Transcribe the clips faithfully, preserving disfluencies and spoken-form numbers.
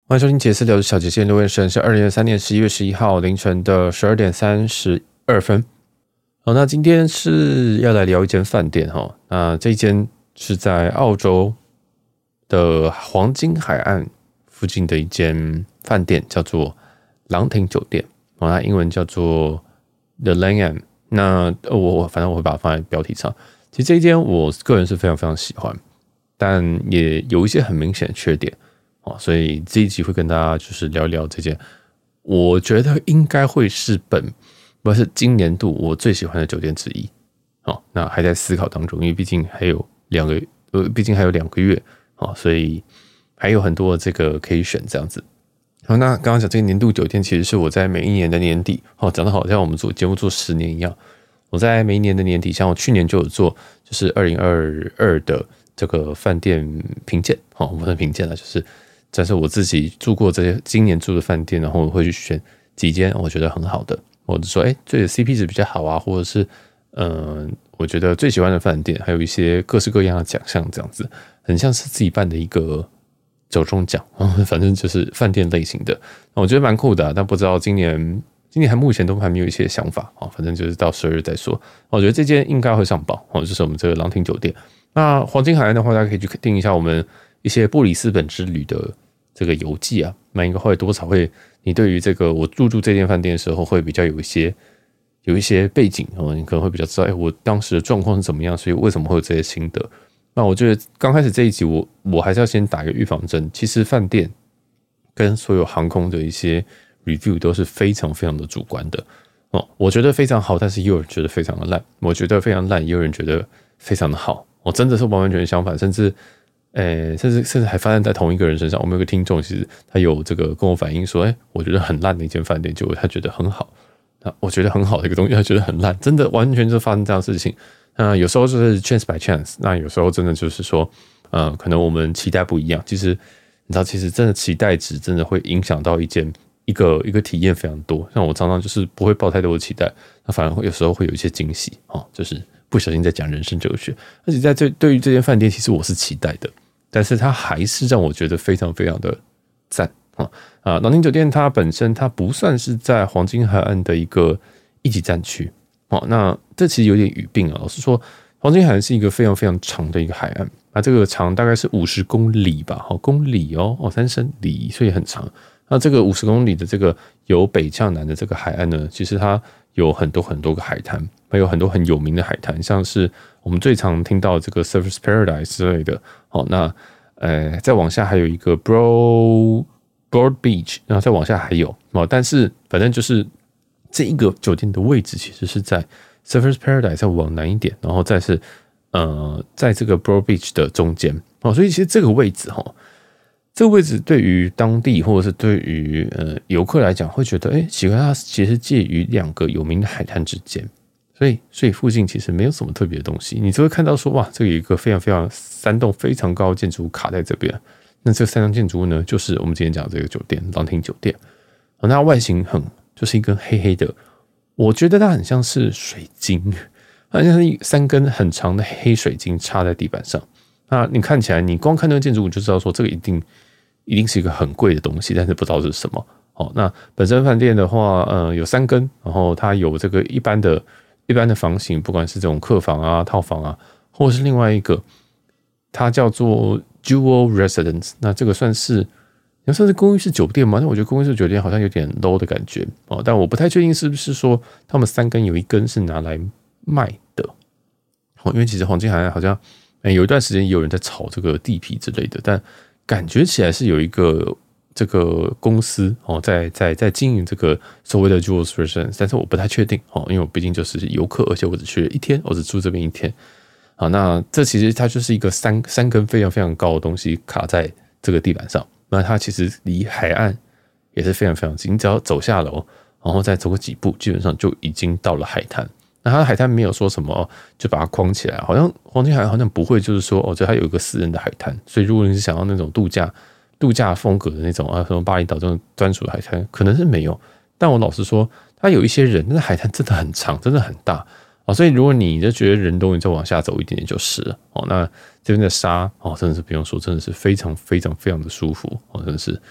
欢迎收听杰斯聊的小杰线留言时间是二零二三年十一月十一号凌晨的十二点三十二分。好，那今天是要来聊一间饭店哈，那这间是在澳洲的黄金海岸附近的一间饭店，叫做朗廷酒店，它英文叫做 The Langham。那我反正我会把它放在标题上。其实这一间我个人是非常非常喜欢，但也有一些很明显的缺点。所以这一集会跟大家就是聊一聊这件，我觉得应该会是本不是今年度我最喜欢的酒店之一。好，那还在思考当中，因为毕竟还有两个呃，毕竟还有两个月，好，所以还有很多这个可以选这样子。好，那刚刚讲这个年度酒店，其实是我在每一年的年底，哦，讲得好像我们做节目做十年一样。我在每一年的年底，像我去年就有做，就是二零二二的这个饭店评鉴，哦，不是评鉴了，就是。但是我自己住过这些今年住的饭店，然后我会去选几间我觉得很好的，或者说哎，这 C P 值比较好啊，或者是嗯、呃，我觉得最喜欢的饭店，还有一些各式各样的奖项，这样子很像是自己办的一个走中奖，反正就是饭店类型的，我觉得蛮酷的、啊。但不知道今年今年还目前都还没有一些想法啊，反正就是到十二月再说。我觉得这间应该会上榜哦，就是我们这个朗廷酒店。那黄金海岸的话，大家可以去订一下我们。一些布里斯本之旅的这个游记啊，那应该会多少会，你对于这个我入住这间饭店的时候，会比较有一些有一些背景哦，你可能会比较知道，哎，我当时的状况是怎么样，所以为什么会有这些心得？那我觉得刚开始这一集我，我我还是要先打一个预防针。其实饭店跟所有航空的一些 review 都是非常非常的主观的哦。我觉得非常好，但是也有人觉得非常的烂；我觉得非常烂，也有人觉得非常的好。我、哦、真的是完完全全相反，甚至。诶，甚至甚至还发生在同一个人身上。我们有个听众，其实他有这个跟我反映说，哎，我觉得很烂的一间饭店，结果他觉得很好。那我觉得很好的一个东西，他觉得很烂，真的完全就发生这样的事情。那有时候就是 chance by chance， 那有时候真的就是说，呃，可能我们期待不一样。其实你知道，其实真的期待值真的会影响到一件一个一个体验非常多。像我常常就是不会抱太多的期待，那反而会有时候会有一些惊喜哦，就是。不小心在讲人生哲学，而且在这对于这间饭店，其实我是期待的，但是它还是让我觉得非常非常的赞啊！啊，朗廷酒店它本身它不算是在黄金海岸的一个一级战区哦，那这其实有点语病啊。老实说，黄金海岸是一个非常非常长的一个海岸，那这个长大概是五十公里吧，好公里哦，哦三升里，所以很长。那这个五十公里的这个由北向南的这个海岸呢，其实它有很多很多个海滩。还有很多很有名的海滩，像是我们最常听到这个 Surfers Paradise 之类的。好，那呃，再往下还有一个 Broad Broad Beach， 然后再往下还有哦，但是反正就是这一个酒店的位置其实是在 Surfers Paradise 再往南一点，然后再是呃，在这个 Broad Beach 的中间哦，所以其实这个位置哈。这个位置对于当地或者是对于呃游客来讲，会觉得哎，奇怪，它其实介于两个有名的海滩之间。所以，所以附近其实没有什么特别的东西，你只会看到说，哇，这个有一个非常非常三栋非常高的建筑物卡在这边。那这三栋建筑物呢，就是我们今天讲的这个酒店——朗廷酒店。那外形很就是一根黑黑的，我觉得它很像是水晶，它像是三根很长的黑水晶插在地板上。那你看起来，你光看那个建筑物就知道说，这个一定一定是一个很贵的东西，但是不知道是什么。哦，那本身饭店的话，呃，有三根，然后它有这个一般的。一般的房型，不管是这种客房啊、套房啊，或者是另外一个，它叫做 Jewel Residence。那这个算是，你算是公寓式酒店吗？那我觉得公寓式酒店好像有点 low 的感觉哦，但我不太确定是不是说他们三根有一根是拿来卖的。哦，因为其实黄金海岸好像、欸、有一段时间也有人在炒这个地皮之类的，但感觉起来是有一个。这个公司哦，在在在经营这个所谓的 Jewel Residence， 但是我不太确定哦，因为我毕竟就是游客，而且我只去了一天，我只住这边一天。好，那这其实它就是一个三三根非常非常高的东西卡在这个地板上，那它其实离海岸也是非常非常近，你只要走下楼，然后再走个几步，基本上就已经到了海滩。那它的海滩没有说什么、哦、就把它框起来，好像黄金海岸好像不会，就是说哦，这它有一个私人的海滩，所以如果你是想要那种度假。度假风格的那种啊，什么巴厘岛这种专属的海滩，可能是没有。但我老实说，它有一些人，那海滩真的很长，真的很大啊。所以如果你就觉得人多，你再往下走一点点就是了哦。那这边的沙哦，真的是不用说，真的是非常非常非常的舒服哦，真的是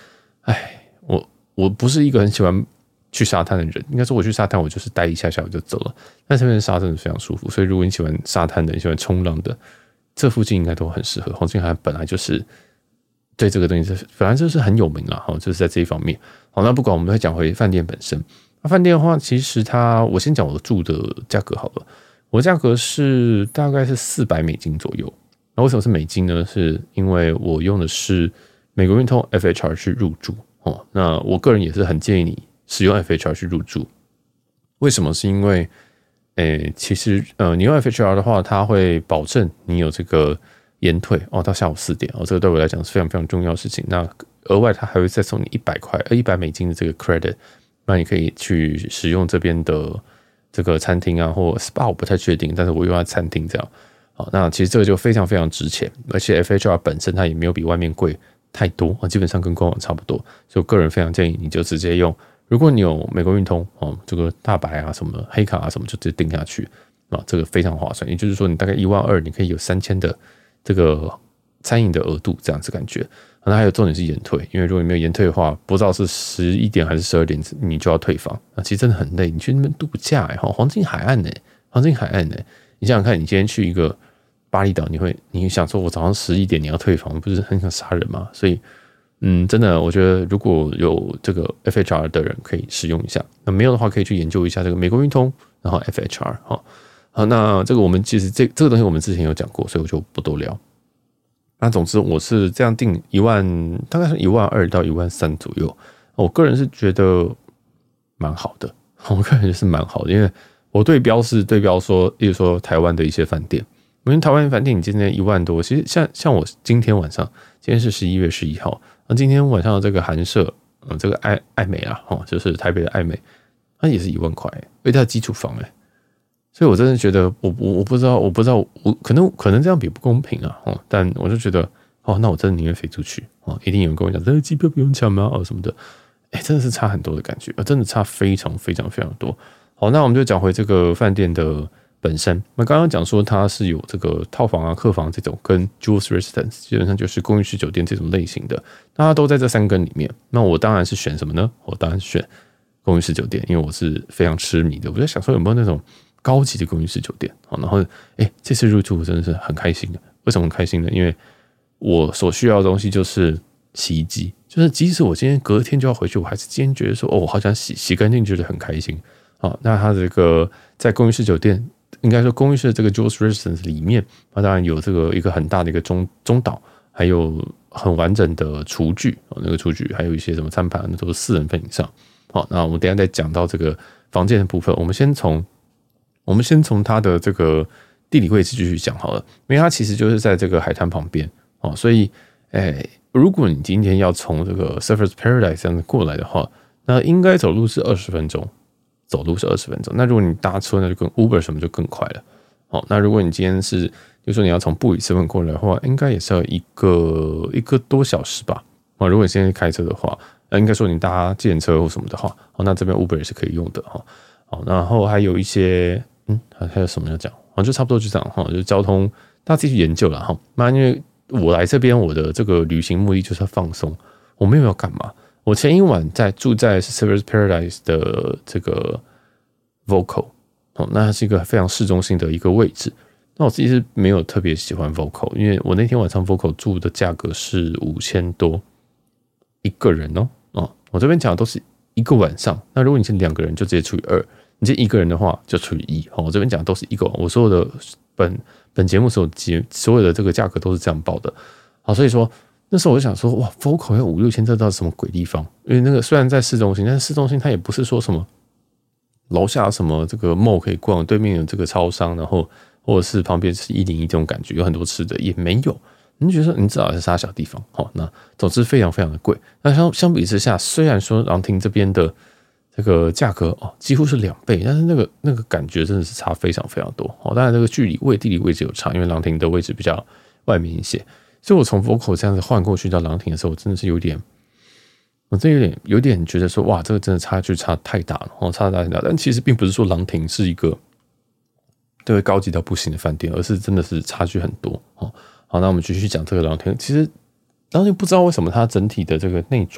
哎，我我不是一个很喜欢去沙滩的人，应该说我去沙滩我就是待一下下我就走了。但这边的沙真的非常舒服，所以如果你喜欢沙滩的，你喜欢冲浪的，这附近应该都很适合。黄金海岸本来就是对这个东西是本来就是很有名啦，就是在这一方面。好，那不管我们再讲回饭店本身，那饭店的话，其实它我先讲我住的价格好了，我的价格是大概是四百美金左右。那为什么是美金呢？是因为我用的是美国运通 F H R 去入住哦。那我个人也是很建议你使用 F H R 去入住。为什么？是因为，诶，其实呃，你用 F H R 的话，它会保证你有这个延退哦，到下午四点哦，这个对我来讲是非常非常重要的事情。那额外它还会再送你一百块呃一百美金的这个 credit， 那你可以去使用这边的这个餐厅啊，或 S P A 我不太确定，但是我用在餐厅这样。好，那其实这个就非常非常值钱，而且 F H R 本身它也没有比外面贵太多，基本上跟官网差不多，所以我个人非常建议你就直接用。如果你有美国运通哦，这个大白啊什么黑卡啊什么，就直接订下去啊，这个非常划算。也就是说，你大概一万二，你可以有三千的这个餐饮的额度，这样子感觉。那还有重点是延退，因为如果你没有延退的话，不知道是十一点还是十二点，你就要退房。那其实真的很累，你去那边度假哎，黄金海岸哎，黄金海岸哎，你想想看，你今天去一个巴厘岛，你会你会想说，我早上十一点你要退房，不是很想杀人吗？所以。嗯，真的，我觉得如果有这个 F H R 的人可以使用一下，那没有的话可以去研究一下这个美国运通，然后 F H R 哈。好，那这个我们其实这这个东西我们之前有讲过，所以我就不多聊。那总之我是这样定一万，大概是一万二到一万三左右。我个人是觉得蛮好的，我个人是蛮好的，因为我对标是对标说，例如说台湾的一些饭店。因为台湾饭店你今天一万多，其实像像我今天晚上，今天是十一月十一号，那今天晚上的这个寒舍，呃，这个爱爱美啊，哦，就是台北的爱美，它也是一万块，而且它的基础房哎，所以我真的觉得我我我不知道我不知道我可能可能这样比不公平啊，哦，但我就觉得哦，那我真的宁愿飞出去哦，一定有人跟我讲这个机票不用抢吗？哦什么的，哎，真的是差很多的感觉，真的差非常非常非常多。好，那我们就讲回这个饭店的。本身，那刚刚讲说它是有这个套房啊、客房这种，跟 Jewel Residence 基本上就是公寓式酒店这种类型的，那它都在这三根里面。那我当然是选什么呢？我当然是选公寓式酒店，因为我是非常痴迷的。我在想说有没有那种高级的公寓式酒店，然后哎，这次入住真的是很开心的。为什么很开心呢？因为我所需要的东西就是洗衣机，就是即使我今天隔天就要回去，我还是今天觉得说哦，我好想洗洗干净，觉得很开心。好，那它这个在公寓式酒店。应该说，公寓式的这个 Jewel Residence 里面，它当然有这个一个很大的一个中中岛，还有很完整的厨具，那个厨具还有一些什么餐盘，那都是四人份以上。好，那我们等一下再讲到这个房间的部分，我们先从我们先从它的这个地理位置继续讲好了，因为它其实就是在这个海滩旁边哦，所以，哎，如果你今天要从这个 Surfers Paradise 这样子过来的话，那应该走路是二十分钟。走路是二十分钟，那如果你搭车，那就跟 Uber 什么就更快了。好，那如果你今天是，就说你要从布里斯本过来的话，应该也是要一个一个多小时吧。啊，如果你现在开车的话，应该说你搭计程车或什么的话，好，那这边 Uber 也是可以用的哈。好，然后还有一些，嗯，还有什么要讲？好，就差不多就这样哈，就是交通大家自己去研究了哈。那因为我来这边，我的这个旅行目的就是要放松，我没有要干嘛。我前一晚在住在 Surfers Paradise 的这个 Vocal， 哦，那它是一个非常市中心的一个位置。那我自己是没有特别喜欢 Vocal， 因为我那天晚上 Vocal 住的价格是五千多一个人哦。哦，我这边讲的都是一个晚上。那如果你是两个人，就直接除以二；你是一个人的话，就除以一。哦，我这边讲的都是一个，我所有的本本节目所有节所有的这个价格都是这样报的。好，所以说。那时候我就想说，哇 ，Vocal 要五六千，这到底什么鬼地方？因为那个虽然在市中心，但是市中心它也不是说什么楼下什么这个 mall 可以逛，对面有这个超商，然后或者是旁边是一零一这种感觉，有很多吃的也没有。你觉得你至少是杀小地方，好，那总之非常非常的贵。那相相比之下，虽然说朗廷这边的这个价格哦几乎是两倍，但是那个那个感觉真的是差非常非常多。哦，当然这个距离位地理位置有差，因为朗廷的位置比较外面一些。所以我从 Vocal 这样子换过去到朗廷的时候，我真的是有点，我真有点有点觉得说，哇，这个真的差距差太大了，哦，差太大。但其实并不是说朗廷是一个对高级到不行的饭店，而是真的是差距很多。哦，好，那我们继续讲这个朗廷。其实朗廷不知道为什么它整体的这个内装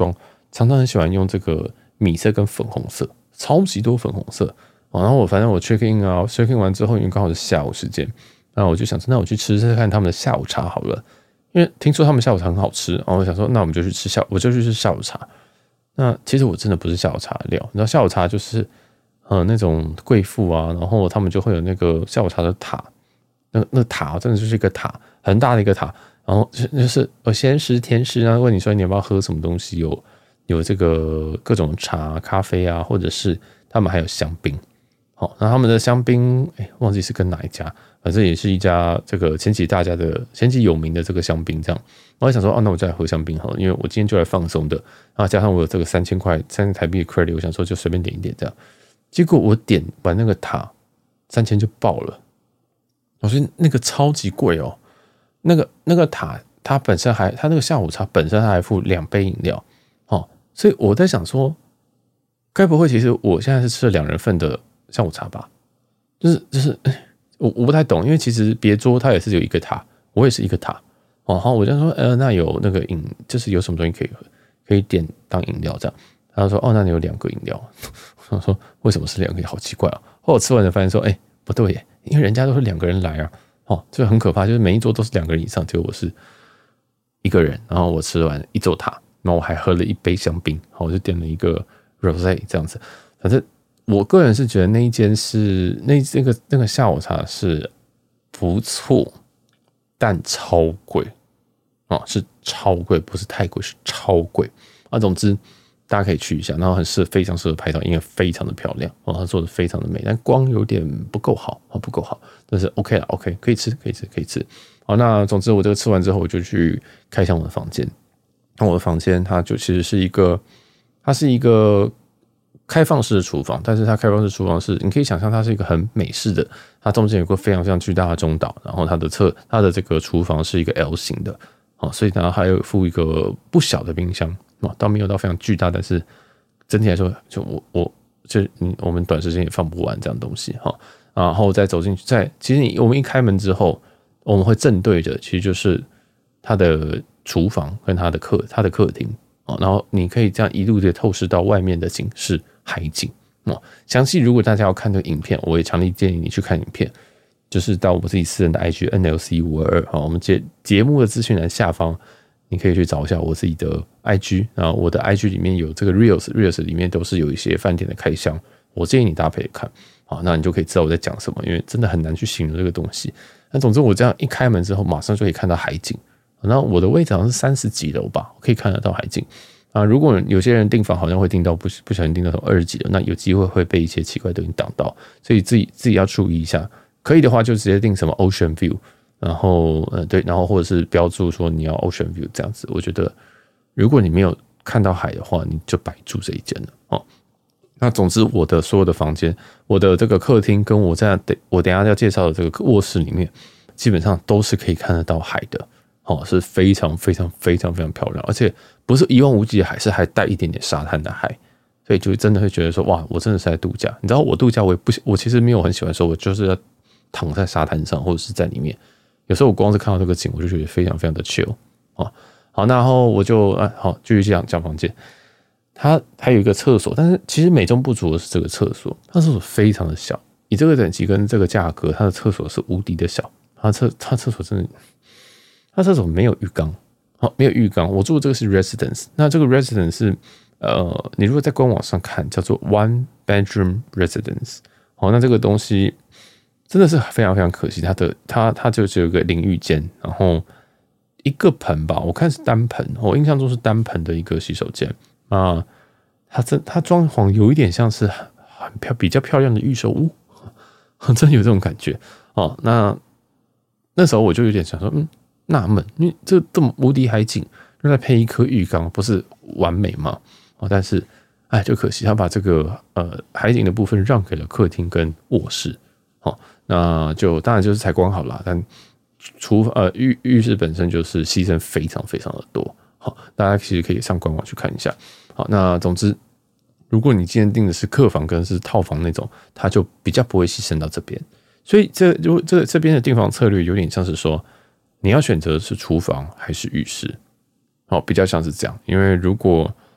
常常很喜欢用这个米色跟粉红色，超级多粉红色。哦、然后我反正我 check in 啊 ，check in 完之后，因为刚好是下午时间，那我就想说，那我去吃吃看他们的下午茶好了，因为听说他们下午茶很好吃，然后我想说，那我们就去吃下，我就去吃下午茶。那其实我真的不是下午茶的料，你知道下午茶就是呃那种贵妇啊，然后他们就会有那个下午茶的塔，那那塔真的就是一个塔，很大的一个塔，然后就是有咸食甜食，然后问你说你要不要喝什么东西，有有这个各种茶、咖啡啊，或者是他们还有香槟。好，那他们的香槟，哎、欸，忘记是跟哪一家，反正也是一家这个前几大家的前几有名的这个香槟这样。我还想说，哦，那我就来喝香槟好了，因为我今天就来放松的，然后加上我有这个三千块三千台币的 credit， 我想说就随便点一点这样。结果我点完那个塔，三千就爆了，我说那个超级贵哦，那个那个塔它本身还，它那个下午茶本身它还附两杯饮料，哦，所以我在想说，该不会其实我现在是吃了两人份的下午茶吧？就是就是我我不太懂，因为其实别桌它也是有一个塔，我也是一个塔，哦，然后我就说，呃，那有那个饮，就是有什么东西可以喝，可以点当饮料这样。他说，哦，那你有两个饮料。我想说，为什么是两个？好奇怪啊！后来我吃完了发现说，哎、欸，不对耶，因为人家都是两个人来啊，哦，这很可怕，就是每一桌都是两个人以上，结果我是一个人，然后我吃完一座塔，然后我还喝了一杯香槟，好，我就点了一个 rosé 这样子。反正我个人是觉得那一间是那这个那个下午茶是不错，但超贵啊，是超贵，不是太贵，是超贵啊。总之大家可以去一下，然后很适合，非常适合拍照，因为非常的漂亮哦，它做的非常的美，但光有点不够好，不够好，但是 OK 啦 ，OK 可以吃，可以吃，可以吃。好，那总之我这个吃完之后，我就去开箱我的房间。那我的房间它就其实是一个，它是一个开放式的厨房，但是它开放式厨房是你可以想象它是一个很美式的，它中间有个非常非常巨大的中岛，然后它的侧它的这个厨房是一个 L 型的，哦，所以它还有附一个不小的冰箱。哦，倒没有到非常巨大，但是整体来说，就我我就嗯，我们短时间也放不完这样的东西哈。然后再走进去，在其实你我们一开门之后，我们会正对着，其实就是它的厨房跟它的客它的客厅哦。然后你可以这样一路的透视到外面的景是海景哦。详细如果大家要看这个影片，我也强烈建议你去看影片，就是到我自己私人的 I G N L C 五二二哈，我们节节目的资讯栏下方。你可以去找一下我自己的 I G， 然后我的 I G 里面有这个 Reels，Reels 里面都是有一些饭店的开箱，我建议你搭配看，好，那你就可以知道我在讲什么，因为真的很难去形容这个东西。那总之我这样一开门之后，马上就可以看到海景，然后我的位置好像是三十几楼吧，可以看得到海景啊。如果有些人订房好像会订到不不小心订到二十几楼，那有机会会被一些奇怪的东西挡到，所以自己自己要注意一下。可以的话就直接订什么 Ocean View。然后，呃，对，然后或者是标注说你要 Ocean View 这样子，我觉得如果你没有看到海的话，你就白住这一间了哦。那总之，我的所有的房间，我的这个客厅跟我在我等一下要介绍的这个卧室里面，基本上都是可以看得到海的，哦，是非常非常非常非常漂亮，而且不是一望无际的海，是还带一点点沙滩的海，所以就真的会觉得说，哇，我真的是在度假。你知道我度假，我也不，我其实没有很喜欢说，我就是要躺在沙滩上或者是在里面。有时候我光是看到这个景，我就觉得非常非常的 chill 哦。好，然后我就啊，好继续讲讲房间。它还有一个厕所，但是其实美中不足的是这个厕所，它厕所非常的小，以这个等级跟这个价格，它的厕所是无敌的小。它厕它厕所真的，它厕所没有浴缸，好，没有浴缸。我住的这个是 residence， 那这个 residence 是呃，你如果在官网上看，叫做 one bedroom residence， 好，那这个东西。真的是非常非常可惜，它的它它就只有一个淋浴间，然后一个盆吧，我看是单盆，我印象中是单盆的一个洗手间啊。它真它装潢有一点像是很漂比较漂亮的预售屋，真的有这种感觉哦。那那时候我就有点想说，嗯，纳闷，因为这这么无敌海景，再配一颗浴缸，不是完美吗？哦，但是哎，就可惜他把这个呃海景的部分让给了客厅跟卧室，哦。那就当然就是采光好啦，但厨呃浴浴室本身就是牺牲非常非常的多。好，大家其实可以上官网去看一下。好，那总之，如果你今天订的是客房跟是套房那种，它就比较不会牺牲到这边。所以这如这这边的订房策略有点像是说，你要选择的是厨房还是浴室，好，比较像是这样。因为如果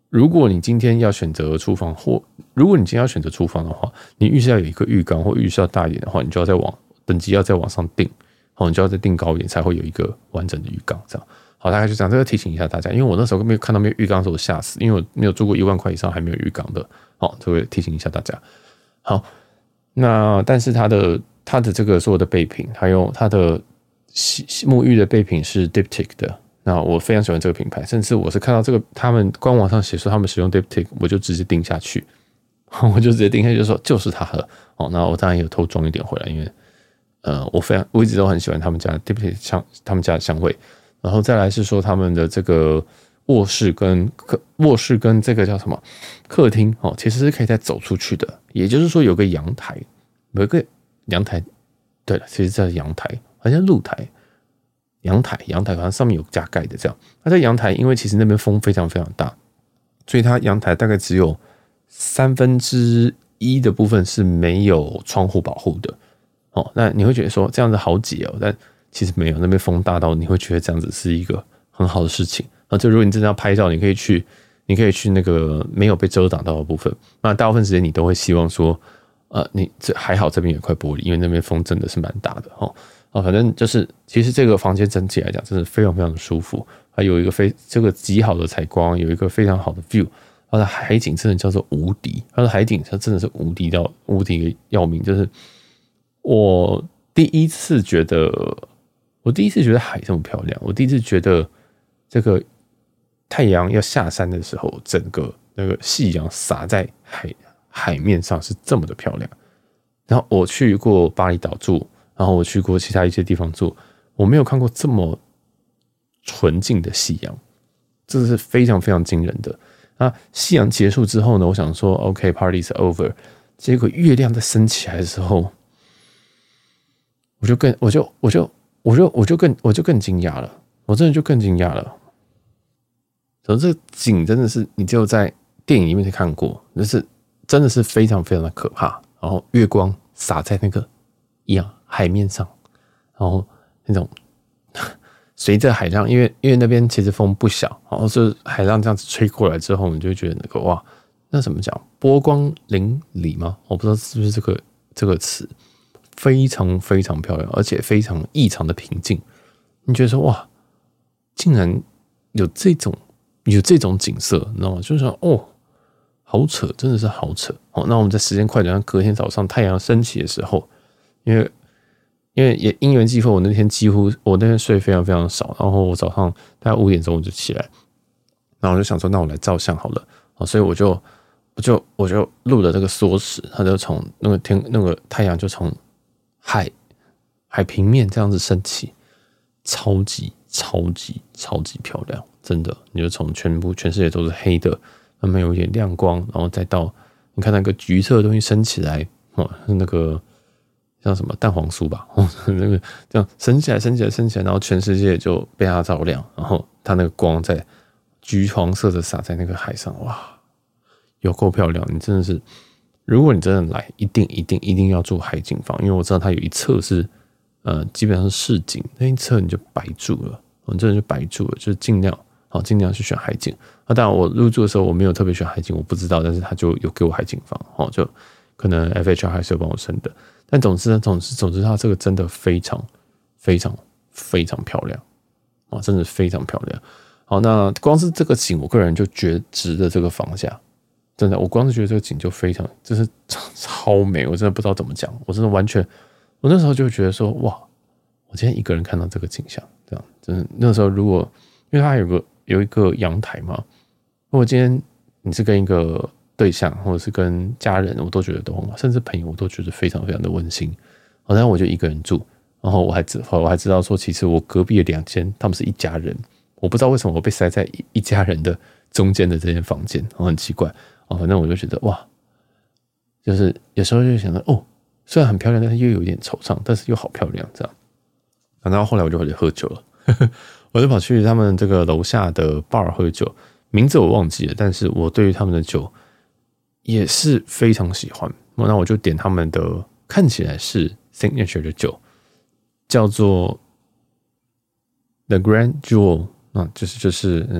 如果你今天要选择厨房，或如果你今天要选择厨房的话，你预设要有一个浴缸，或预设要大一点的话，你就要再往等级要再往上定，好，你就要再定高一点，才会有一个完整的浴缸。这样，好，大概就这样。这个提醒一下大家，因为我那时候没有看到没有浴缸的时候，我吓死，因为我没有住过一万块以上还没有浴缸的。好，这个提醒一下大家。好，那但是它的它的这个所有的备品，还有它的沐浴的备品是 Diptyque 的。那我非常喜欢这个品牌，甚至我是看到这个他们官网上写说他们使用 Diptyque， 我就直接订下去，我就直接订下去，就说就是它了。哦，那我当然也有偷装一点回来，因为呃，我非常我一直都很喜欢他们家 Diptyque 香，他们家的香味。然后再来是说他们的这个卧室跟客卧室跟这个叫什么客厅哦，其实是可以再走出去的，也就是说有个阳台，有一个阳台，对了，其实在阳台，好像露台。阳台，阳台好像上面有加盖的这样。那在阳台，因为其实那边风非常非常大，所以它阳台大概只有三分之一的部分是没有窗户保护的。哦，那你会觉得说这样子好解哦，但其实没有，那边风大到你会觉得这样子是一个很好的事情。那就如果你真的要拍照，你可以去，你可以去那个没有被遮挡到的部分。那大部分时间你都会希望说，呃，你这还好这边有一块玻璃，因为那边风真的是蛮大的哦。啊，反正就是，其实这个房间整体来讲，真的非常非常的舒服。还有一个非这个极好的采光，有一个非常好的 view。它的海景真的叫做无敌，它的海景它真的是无敌到无敌要命。就是我第一次觉得，我第一次觉得海这么漂亮，我第一次觉得这个太阳要下山的时候，整个那个夕阳洒在海海面上是这么的漂亮。然后我去过巴厘岛住。然后我去过其他一些地方住，我没有看过这么纯净的夕阳，这是非常非常惊人的。那夕阳结束之后呢，我想说 OK party is over， 结果月亮在升起来的时候，我就更我就我就我就我就更我就更惊讶了，我真的就更惊讶了。所以这个景真的是你只有在电影里面才看过，就是真的是非常非常的可怕。然后月光洒在那个一样海面上，然后那种随着海浪，因为因为那边其实风不小，然后是海浪这样子吹过来之后，你就会觉得那个哇，那怎么讲，波光粼粼吗？我不知道是不是这个这个词，非常非常漂亮，而且非常异常的平静。你觉得说哇，竟然有这种有这种景色，你知道吗？就是说哦，好扯，真的是好扯。哦，那我们在时间快点，隔天早上太阳升起的时候。因为因为也因缘际会，我那天几乎我那天睡非常非常少，然后我早上大概五点钟我就起来，然后我就想说，那我来照相好了，所以我就我就我就录了这个缩时，它就从那个天那个太阳就从海海平面这样子升起，超级超级超级漂亮，真的，你就从全部全世界都是黑的，慢慢有一点亮光，然后再到你看那个橘色的东西升起来，哦，那个。像什么蛋黄酥吧，那个这样升起来、升起来、升起来，然后全世界就被它照亮，然后它那个光在橘黄色的洒在那个海上，哇，有够漂亮！你真的是，如果你真的来，一定、一定、一定要住海景房，因为我知道它有一侧是呃，基本上是市景，那一侧你就白住了，你真的就白住了，就是尽量好，尽量去选海景。那当然，我入住的时候我没有特别选海景，我不知道，但是他就有给我海景房，哦，就可能 F H R 还是有帮我升的。但总之呢，总之总之，它这个真的非常非常非常漂亮啊，真的非常漂亮。好，那光是这个景，我个人就觉得值得这个房价，真的，我光是觉得这个景就非常，就是超美，我真的不知道怎么讲，我真的完全，我那时候就觉得说，哇，我今天一个人看到这个景象，这样，真的，那时候如果因为它有个有一个阳台嘛，如果今天你是跟一个对象或者是跟家人，我都觉得都很好，甚至朋友我都觉得非常非常的温馨。好，然后我就一个人住，然后我还知我还知道说，其实我隔壁的两间他们是一家人，我不知道为什么我被塞在一一家人的中间的这间房间，很奇怪。哦，反正我就觉得哇，就是有时候就想到哦，虽然很漂亮，但是又有点惆怅，但是又好漂亮这样。然后后来我就回去喝酒了，呵呵，我就跑去他们这个楼下的 bar 喝酒，名字我忘记了，但是我对于他们的酒也是非常喜欢，那我就点他们的看起来是 signature 的酒，叫做 The Grand Jewel， 那就是就是嗯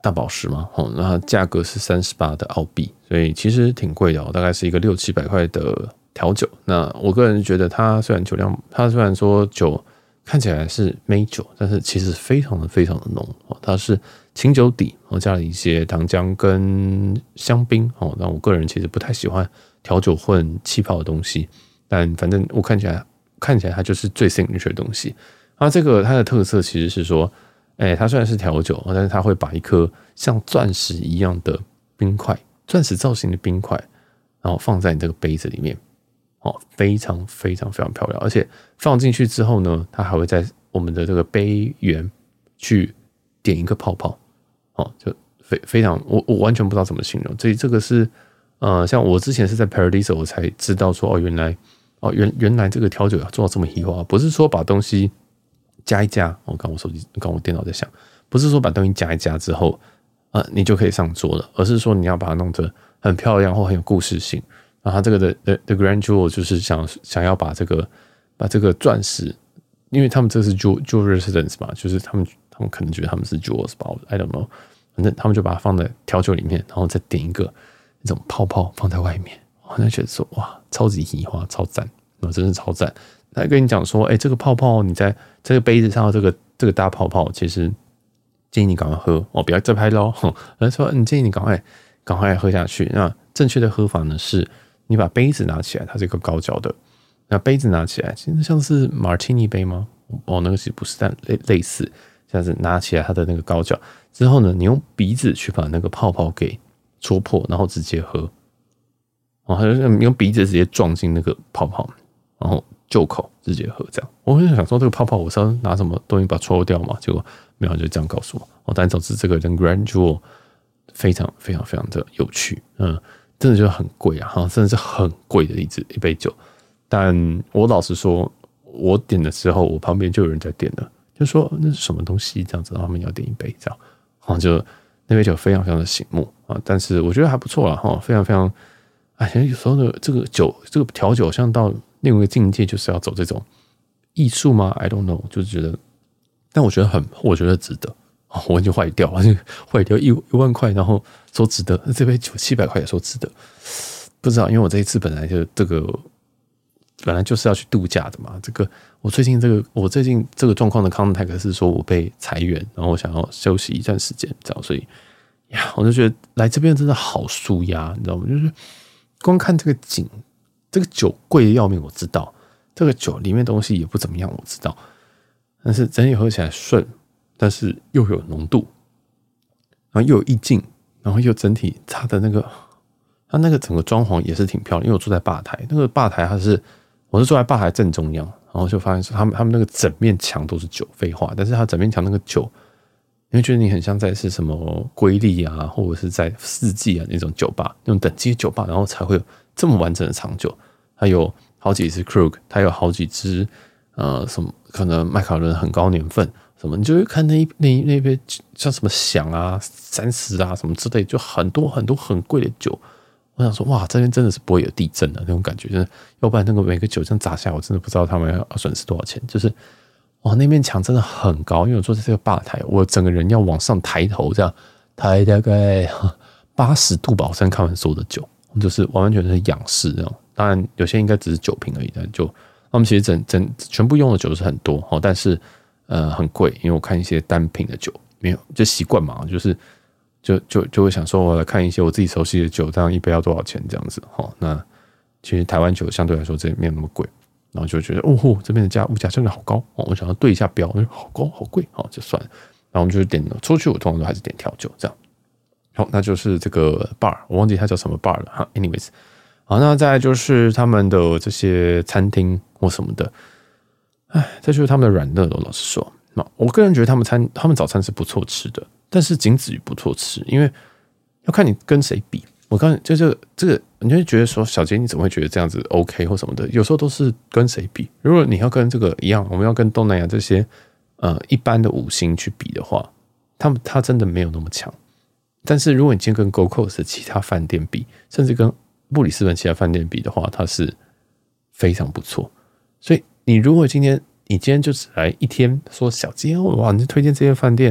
大宝石嘛，哦，那价格是三十八的澳币，所以其实挺贵的哦，大概是一个六七百块的调酒。那我个人觉得它虽然酒量，它虽然说酒看起来是美酒，但是其实非常的非常的浓哦，它是清酒底，我加了一些糖浆跟香槟哦。那我个人其实不太喜欢调酒混气泡的东西，但反正我看起来看起来它就是最 signature 的东西。那这个它的特色其实是说，哎、欸，它虽然是调酒，但是它会把一颗像钻石一样的冰块，钻石造型的冰块，然后放在你这个杯子里面。哦，非常非常非常漂亮，而且放进去之后呢，它还会在我们的这个杯缘去点一个泡泡，哦，就非非常，我我完全不知道怎么形容。这这个是呃，像我之前是在 Paradiso 我才知道说，哦，原来哦原原来这个调酒要做到这么细化，不是说把东西加一加，我、哦、刚我手机刚我电脑在响，不是说把东西加一加之后，呃，你就可以上桌了，而是说你要把它弄得很漂亮或很有故事性。然后它这个的 the, the Grand Jewel 就是想想要把这个把这个钻石，因为他们这是 Jewel Jewel Residence 嘛，就是他们他们可能觉得他们是 Jewels 吧 ，I don't know， 反正他们就把它放在调酒里面，然后再点一个那种泡泡放在外面，我就觉得说哇，超级喜花，超赞，哦，真是超赞。他跟你讲说，哎、欸，这个泡泡你在这个杯子上的这个这个大泡泡，其实建议你赶快喝哦，不要再拍喽。他说，你建议你赶快赶快喝下去。那正确的喝法呢是。你把杯子拿起来，它是一个高脚的。那杯子拿起来，其实像是马提尼杯吗？哦，那个其实不是，但类类似，像是拿起来它的那个高脚之后呢，你用鼻子去把那个泡泡给戳破，然后直接喝。哦，就是你用鼻子直接撞进那个泡泡，然后就口直接喝，这样。我就想说，这个泡泡我是要拿什么东西把它戳掉嘛？结果没有，就这样告诉我。哦，但总之这个 Grand Jewel 非常非常非常的有趣，嗯。真的就很贵啊，真的是很贵的一支一杯酒。但我老实说，我点的时候，我旁边就有人在点了，就说那是什么东西这样子，然后他们要点一杯这样，然后就那杯酒非常非常的醒目啊，但是我觉得还不错啦哈，非常非常，哎，有时候的这个酒，这个调酒像到另一个境界，就是要走这种艺术吗 ？I don't know， 就是觉得，但我觉得很，我觉得值得。我已经坏掉了，坏掉一一万块，然后说值得，这杯酒七百块也说值得，不知道，因为我这一次本来就这个本来就是要去度假的嘛，这个我最近这个我最近这个状况的 contact 是说我被裁员，然后我想要休息一段时间，这样，所以呀，我就觉得来这边真的好舒压，你知道吗？就是光看这个景，这个酒贵的要命，我知道，这个酒里面东西也不怎么样，我知道，但是整体喝起来顺。但是又有浓度，然后又有意境，然后又整体它的那个，它那个整个装潢也是挺漂亮。因为我坐在吧台，那个吧台它是，我是坐在吧台正中央，然后就发现说他们他们那个整面墙都是酒，废话，但是它整面墙那个酒，你会觉得你很像在是什么瑰丽啊，或者是在四季啊那种酒吧，那种等级的酒吧，然后才会有这么完整的长酒。它有好几支 Krug， 它有好几支呃什么可能麦卡伦很高年份。什么？你就会看那一那那边像什么响啊、三十啊什么之类，就很多很多很贵的酒。我想说，哇，这边真的是不会有地震的那种感觉，就是要不然那个每个酒这样砸下来，我真的不知道他们要损失多少钱。就是哇，那面墙真的很高，因为我坐在这个吧台，我整个人要往上抬头，这样抬大概八十度吧，我才能看完所有的酒，就是完完全全是仰视那种。当然，有些应该只是酒瓶而已，但就他们其实整整全部用的酒是很多哦，但是。呃，很贵，因为我看一些单品的酒，没有就习惯嘛，就是就就就会想说，我来看一些我自己熟悉的酒，这样一杯要多少钱这样子哈。那其实台湾酒相对来说这也没有那么贵，然后就觉得哦吼，这边的价物价真的好高哦，我想要对一下标，好高好贵，好就算了。然后我们就点了出去，我通常都还是点调酒这样。好，那就是这个 bar， 我忘记它叫什么 bar 了哈。anyways， 好，那再来就是他们的这些餐厅或什么的。哎，这就是他们的软肋了。老实说，那我个人觉得他们餐、他们早餐是不错吃的，但是仅止于不错吃，因为要看你跟谁比。我刚就这个这个，你就会觉得说，小杰你怎么会觉得这样子 OK 或什么的？有时候都是跟谁比。如果你要跟这个一样，我们要跟东南亚这些呃一般的五星去比的话，他们他真的没有那么强。但是如果你今天跟 Gold Coast 的其他饭店比，甚至跟布里斯本其他饭店比的话，它是非常不错。所以你如果今天你今天就只来一天，说小杰哇，你推荐这间饭店，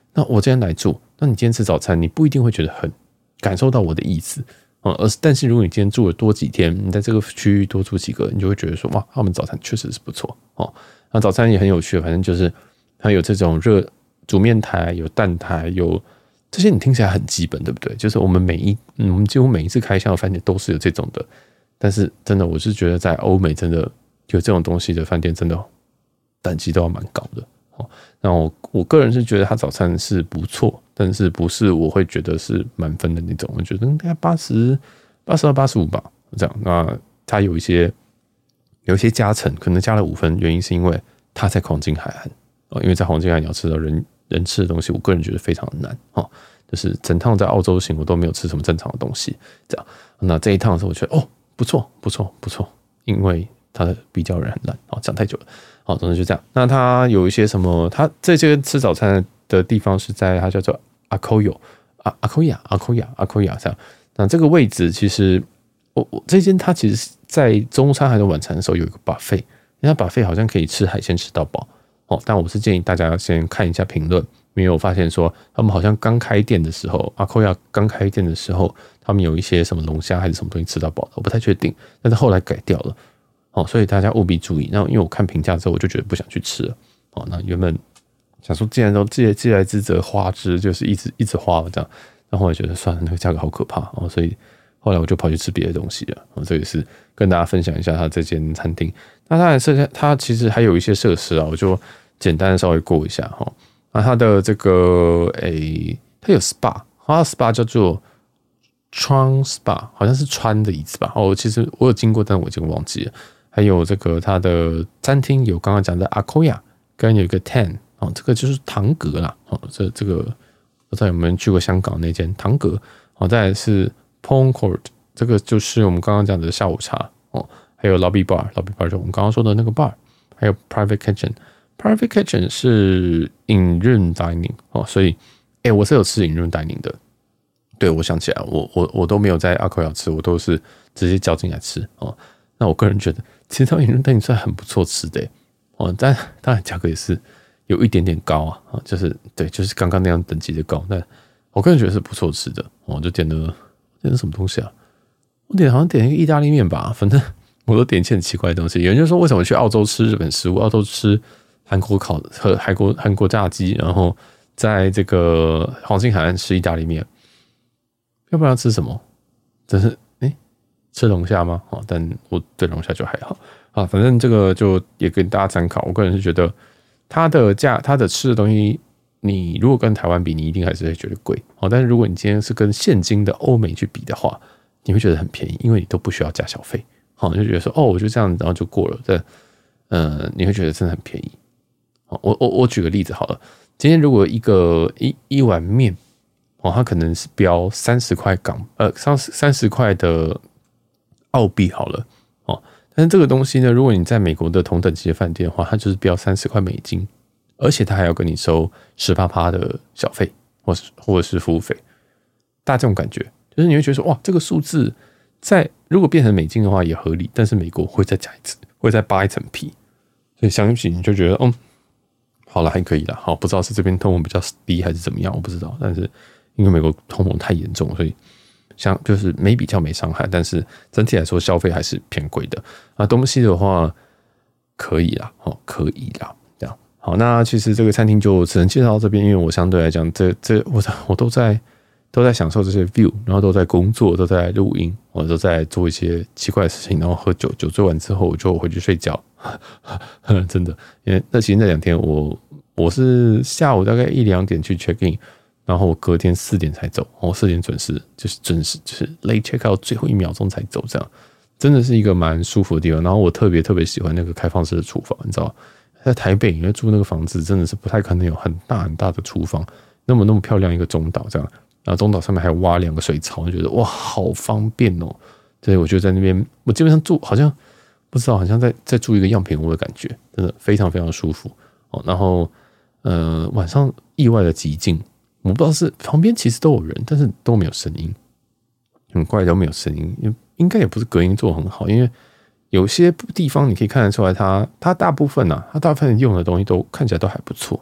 那我今天来住，那你今天吃早餐，你不一定会觉得很感受到我的意思。哦，而是但是如果你今天住了多几天，你在这个区域多住几个，你就会觉得说，哇，他们早餐确实是不错哦。那早餐也很有趣，反正就是它有这种热煮面台，有蛋台，有这些你听起来很基本，对不对？就是我们每一、嗯、我们几乎每一次开箱的饭店都是有这种的。但是真的，我是觉得在欧美真的有这种东西的饭店，真的等级都要蛮高的。那我我个人是觉得它早餐是不错，但是不是我会觉得是满分的那种，我觉得大概八十八十到八十五吧，这样。那它有一些有一些加成，可能加了五分，原因是因为它在黄金海岸哦，因为在黄金海岸你要吃到人人吃的东西，我个人觉得非常的难哦。就是整趟在澳洲行我都没有吃什么正常的东西，这样。那这一趟的时候，我觉得哦不错不错不错，因为它的比较人很烂哦，讲太久了。好，总之就这样。那它有一些什么？它这些吃早餐的地方是在它叫做阿科友啊阿科亚阿科亚阿科亚这样。那这个位置其实我我这间它其实在中餐还是晚餐的时候有一个 buffet， 因为它 buffet 好像可以吃海鲜吃到饱哦。但我是建议大家先看一下评论，因为我发现说他们好像刚开店的时候，阿科亚刚开店的时候，他们有一些什么龙虾还是什么东西吃到饱的，我不太确定，但是后来改掉了。哦，所以大家务必注意。那因为我看评价之后，我就觉得不想去吃了。哦，那原本想说，既然都既既来之则花之，就是一直一直花这样。然后我觉得算了，那个价格好可怕哦，所以后来我就跑去吃别的东西了。哦，这也是跟大家分享一下它这间餐厅。那它设它其实还有一些设施啊，我就简单的稍微过一下哈。那它的这个诶，它有 S P A， 它的 S P A 叫做川 S P A， 好像是川的意思吧？哦，其实我有经过，但我已经忘记了。还有这个它的餐厅有刚刚讲的阿科亚，跟有一个 Ten 哦，这个就是唐阁啦。哦，这这个不知道有没有人去过香港那间唐阁？哦，再来是 Pong Court， 这个就是我们刚刚讲的下午茶哦。还有 Lobby Bar，Lobby Bar 就我们刚刚说的那个 bar， 还有 Private Kitchen。Private Kitchen 是in room dining 哦，所以哎、欸，我是有吃 in room dining 的。对，我想起来，我我我都没有在阿科亚吃，我都是直接叫进来吃哦。那我个人觉得，其实它 in room dining 算很不错吃的哦，但当然价格也是有一点点高啊，就是对，就是刚刚那样等级的高，但我个人觉得是不错吃的。我就点了点了什么东西啊？我点好像点一个意大利面吧，反正我都点一些很奇怪的东西。有人就说，为什么去澳洲吃日本食物，澳洲吃韩国烤和韩国韩国炸鸡，然后在这个黄金海岸吃意大利面？要不然要吃什么？真是哎、欸，吃龙虾吗？哦，但我对龙虾就还好啊。反正这个就也给大家参考。我个人是觉得它的价，它的吃的东西，你如果跟台湾比，你一定还是会觉得贵哦。但是如果你今天是跟现今的欧美去比的话，你会觉得很便宜，因为你都不需要加小费。好，你就觉得说哦，我就这样，然后就过了。这呃，你会觉得真的很便宜。我我我举个例子好了，今天如果一个一一碗面。哦，它可能是标三十块港，呃，三三十块的澳币好了，哦，但是这个东西呢，如果你在美国的同等级的饭店的话，它就是标三十块美金，而且它还要跟你收十八趴的小费，或是或者是服务费，大家这种感觉，就是你会觉得说，哇，这个数字在如果变成美金的话也合理，但是美国会再加一次，会再扒一层皮，所以相比你就觉得，嗯，好了，还可以啦，好，不知道是这边通膨比较低还是怎么样，我不知道，但是。因为美国通膨太严重，所以像就是没比较没伤害，但是整体来说消费还是偏贵的啊。东西的话可以啦，哦，可以啦，这样好。那其实这个餐厅就只能介绍到这边，因为我相对来讲，这这我我都在都在享受这些 view， 然后都在工作，都在录音，我都在做一些奇怪的事情，然后喝酒，酒醉完之后我就回去睡觉，真的，因为那其实那两天我我是下午大概一两点去 check in。然后我隔天四点才走，我四点准时，就是准时，就是 late check out 最后一秒钟才走，这样真的是一个蛮舒服的地方。然后我特别特别喜欢那个开放式的厨房，你知道，在台北因为住那个房子真的是不太可能有很大很大的厨房，那么那么漂亮一个中岛这样，然后中岛上面还有挖两个水槽，我觉得哇好方便哦。所以我就在那边，我基本上住好像不知道，好像在在住一个样品屋的感觉，真的非常非常舒服哦。然后呃晚上意外的寂静。我不知道是旁边其实都有人，但是都没有声音，很怪都没有声音，应该也不是隔音做很好，因为有些地方你可以看得出来它，它它大部分啊，它大部分用的东西都看起来都还不错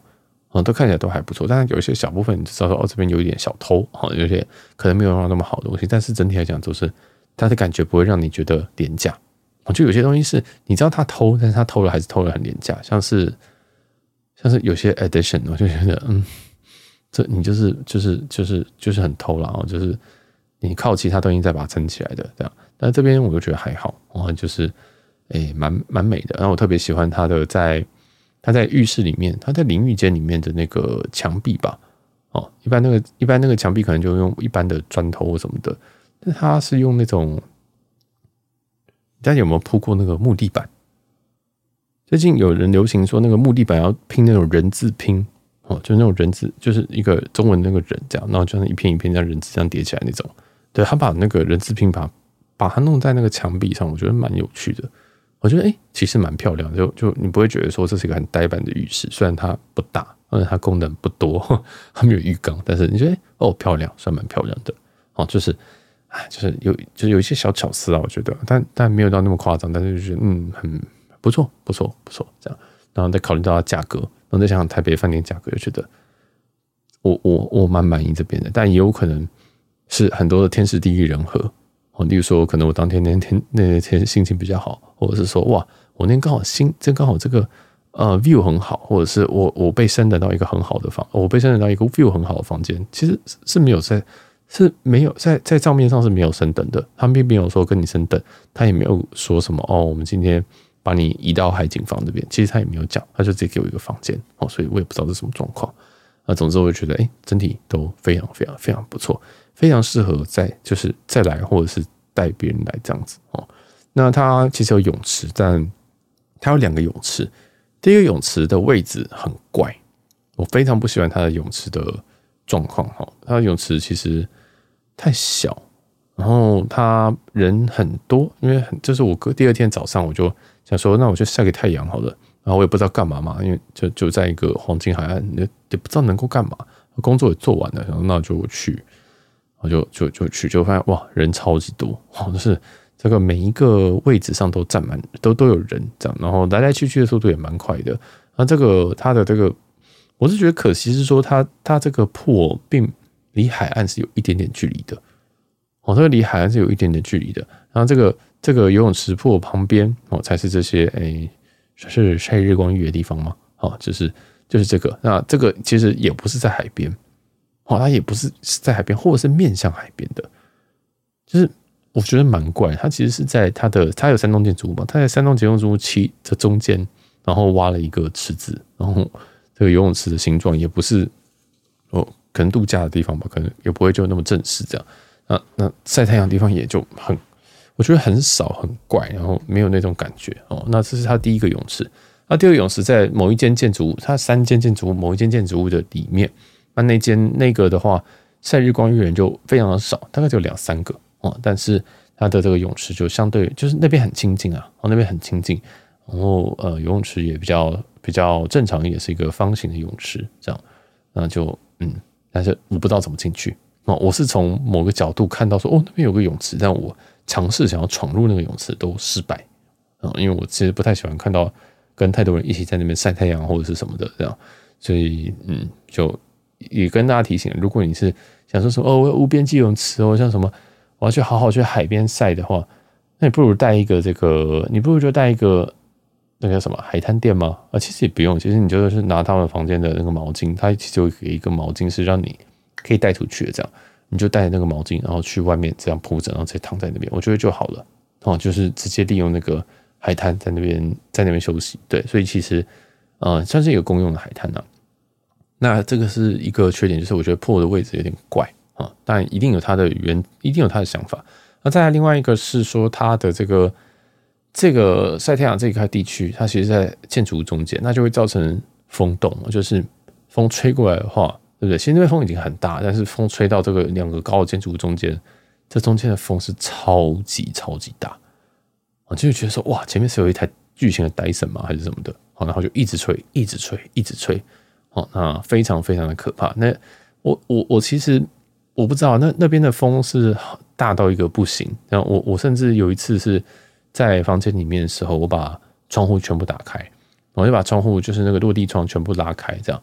哦，都看起来都还不错，但是有一些小部分你就知道说哦，这边有一点小偷，哦，有些可能没有用到那么好的东西，但是整体来讲都是它的感觉不会让你觉得廉价。就有些东西是你知道他偷，但是他偷了还是偷了很廉价，像是像是有些 edition， 我就觉得嗯，这你就是就是就是就是很偷啦，就是你靠其他东西再把它撑起来的这样。但这边我就觉得还好，哦，就是诶蛮蛮美的。然后我特别喜欢它的在它在浴室里面，它在淋浴间里面的那个墙壁吧，哦，一般那个一般那个墙壁可能就用一般的砖头或什么的，但它是用那种。大家有没有铺过那个木地板？最近有人流行说那个木地板要拼那种人字拼哦，就是那种人字，就是一个中文那个人这样，然后就像一片一片这样人字这样叠起来那种。对，他把那个人字拼把把它弄在那个墙壁上，我觉得蛮有趣的。我觉得哎、欸，其实蛮漂亮的，就就你不会觉得说这是一个很呆板的浴室，虽然它不大，而且它功能不多，它没有浴缸，但是你觉得、欸、哦漂亮，算蛮漂亮的哦，就是。哎，就是有，就是有一些小巧思啊，我觉得，但但没有到那么夸张，但是就觉得嗯，很不错，不错，不错，这样，然后再考虑到它价格，然后再想想台北饭店价格，就觉得我我我蛮满意这边的，但也有可能是很多的天时地利人和，哦，例如说可能我当天那天那天心情比较好，或者是说哇，我那天刚好心，这刚好这个呃 view 很好，或者是我我被升等到一个很好的房，我被升等到一个 view 很好的房间，其实是没有在。是没有在在账面上是没有升等的，他们并没有说跟你升等，他也没有说什么哦，我们今天把你移到海景房这边，其实他也没有讲，他就直接给我一个房间哦，所以我也不知道这是什么状况。那总之我就觉得，哎、欸，整体都非常非常非常不错，非常适合再就是再来或者是带别人来这样子哦。那它其实有泳池，但它有两个泳池，第一个泳池的位置很怪，我非常不喜欢它的泳池的状况哈，它的泳池其实。太小，然后他人很多，因为就是我第二天早上我就想说，那我就晒个太阳好了。然后我也不知道干嘛嘛，因为就就在一个黄金海岸，也不知道能够干嘛，工作也做完了，然后那我就去，我就就就去，就发现哇，人超级多，就是这个每一个位置上都站满，都都有人这样，然后来来去去的速度也蛮快的。那这个它的这个，我是觉得可惜是说它它这个破并。离海岸是有一点点距离的，哦，这个离海岸是有一点点距离的。然后这个这个游泳池铺旁边哦，才是这些诶，是晒日光浴的地方吗？哦，就是就是这个。那这个其实也不是在海边，哦，它也不是在海边，或者是面向海边的，就是我觉得蛮怪。它其实是在它的它有三栋建筑物嘛，它在三栋建筑物其的中间，然后挖了一个池子，然后这个游泳池的形状也不是哦。可能度假的地方吧，可能也不会就那么正式这样。那那晒太阳的地方也就很，我觉得很少很怪，然后没有那种感觉哦。那这是他第一个泳池，那第二个泳池在某一间建筑物，它三间建筑物某一间建筑物的里面，那那间那个的话，晒日光浴人就非常的少，大概只有两三个哦。但是它的这个泳池就相对就是那边很清静啊，哦那边很清静，然后呃游泳池也比较比较正常，也是一个方形的泳池这样，那就嗯。但是我不知道怎么进去哦，我是从某个角度看到说，哦，那边有个泳池，但我尝试想要闯入那个泳池都失败啊，因为我其实不太喜欢看到跟太多人一起在那边晒太阳或者是什么的这样，所以嗯，就也跟大家提醒，如果你是想说什么哦，我有无边际泳池哦，像什么我要去好好去海边晒的话，那你不如带一个这个，你不如就带一个。那个叫什么海滩店吗？啊，其实也不用，其实你就是拿他们房间的那个毛巾，它其实有一个毛巾是让你可以带出去的，这样你就带那个毛巾，然后去外面这样铺着，然后直接躺在那边，我觉得就好了。哦，就是直接利用那个海滩在那边在那边休息，对，所以其实呃算是一个公用的海滩啊。那这个是一个缺点，就是我觉得破的位置有点怪啊，但一定有它的原，一定有它的想法。那再来另外一个是说它的这个。这个晒太阳这一块地区，它其实在建筑物中间，那就会造成风洞，就是风吹过来的话，对不对？其实那边风已经很大，但是风吹到这个两个高的建筑物中间，这中间的风是超级超级大，我就觉得说，哇，前面是有一台巨型的Dyson吗，还是什么的？好，然后就一直吹，一直吹，一直吹，好，那非常非常的可怕。那我我我其实我不知道，那那边的风是大到一个不行，然后我我甚至有一次是。在房间里面的时候，我把窗户全部打开，我就把窗户就是那个落地窗全部拉开，这样，然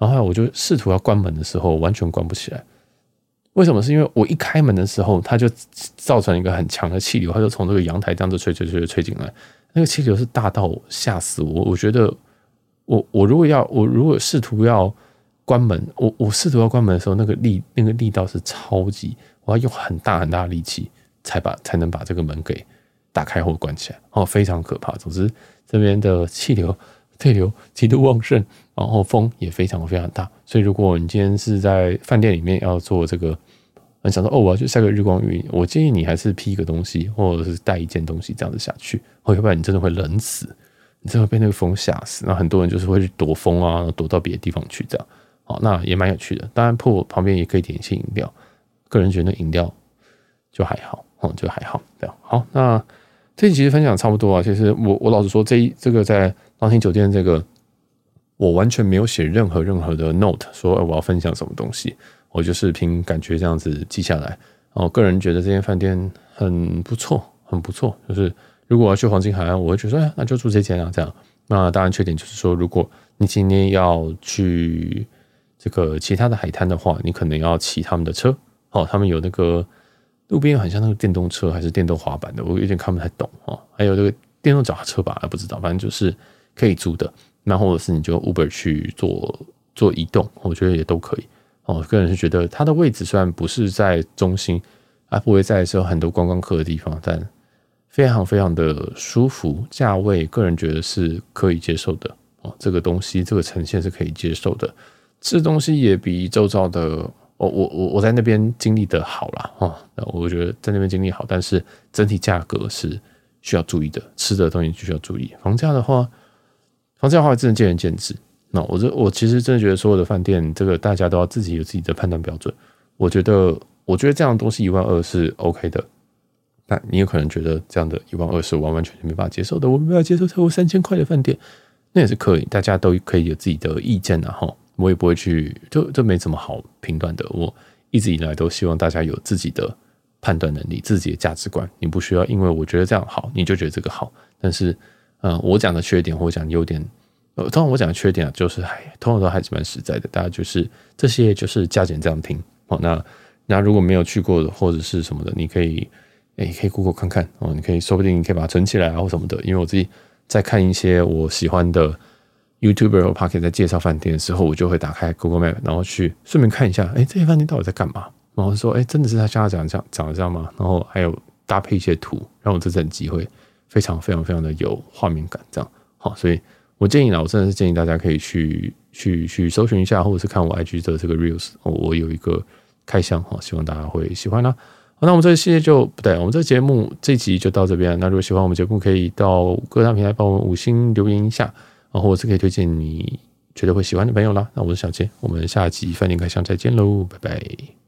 然后后来我就试图要关门的时候，完全关不起来。为什么？是因为我一开门的时候，它就造成一个很强的气流，它就从这个阳台这样子吹吹吹吹进来。那个气流是大到吓死我。我觉得我我如果要我如果试图要关门，我我试图要关门的时候，那个力那个力道是超级，我要用很大很大的力气才把才能把这个门给打开或关起来。哦，非常可怕。总之，这边的气流对流极度旺盛，然后风也非常非常大。所以如果你今天是在饭店里面要做这个，很想说哦，我要去晒个日光浴，我建议你还是披一个东西，或者是带一件东西这样子下去，哦，要不然你真的会冷死，你真的会被那个风吓死。那很多人就是会去躲风啊，躲到别的地方去这样。好，那也蛮有趣的。当然，铺旁边也可以点一些饮料，个人觉得饮料就还好，哦，就还好这样。好，那这一集分享差不多啊。其实我我老实说，这一这个在浪亭酒店这个，我完全没有写任何任何的 note 说我要分享什么东西，我就是凭感觉这样子记下来。我个人觉得这间饭店很不错，很不错。就是如果我要去黄金海岸，我会觉得说，哎，那就住这间啊，这样。那当然缺点就是说，如果你今天要去这个其他的海滩的话，你可能要骑他们的车。哦，他们有那个路边很像那个电动车还是电动滑板的，我有点看不太懂哦。还有这个电动脚踏车吧，不知道，反正就是可以租的。那或者是你就 Uber 去做做移动，我觉得也都可以。哦，个人是觉得它的位置虽然不是在中心，啊，不会在是有很多观光客的地方，但非常非常的舒服，价位个人觉得是可以接受的。哦，这个东西这个呈现是可以接受的，吃东西也比周遭的。我我我我在那边经历的好啦，哦，我觉得在那边经历好，但是整体价格是需要注意的，吃的东西就需要注意。房价的话，房价的话真的见仁见智。那我这我其实真的觉得所有的饭店，这个大家都要自己有自己的判断标准。我觉得我觉得这样的东西一万二是 OK 的，但你有可能觉得这样的一万二是完完全全没办法接受的，我没办法接受超过三千块的饭店，那也是可以，大家都可以有自己的意见啊哈。我也不会去，就就没什么好评断的。我一直以来都希望大家有自己的判断能力，自己的价值观。你不需要因为我觉得这样好，你就觉得这个好。但是，呃，我讲的缺点或者讲优点，呃，通常我讲的缺点啊，就是还通常都还是蛮实在的。大家就是这些就是加减这样听哦。那那如果没有去过的或者是什么的，你可以诶可以 Google 看看哦。你可以说不定你可以把它存起来啊或什么的。因为我自己在看一些我喜欢的YouTuber 或 Podcast 在介绍饭店的时候，我就会打开 Google Map， 然后去顺便看一下，哎，这些饭店到底在干嘛？然后说，哎，真的是他像他讲讲讲的这样吗？然后还有搭配一些图，让我这整集会非常非常非常的有画面感，这样好。所以我建议啦，我真的是建议大家可以去去去搜寻一下，或者是看我 I G 的这个 Reels， 我有一个开箱，希望大家会喜欢啦。好，那我们这个系列就不对，我们这个节目这一集就到这边。那如果喜欢我们节目，可以到各大平台帮我们五星留言一下。或者是可以推荐你觉得会喜欢的朋友啦。那我是小杰，我们下集饭店开箱再见喽，拜拜。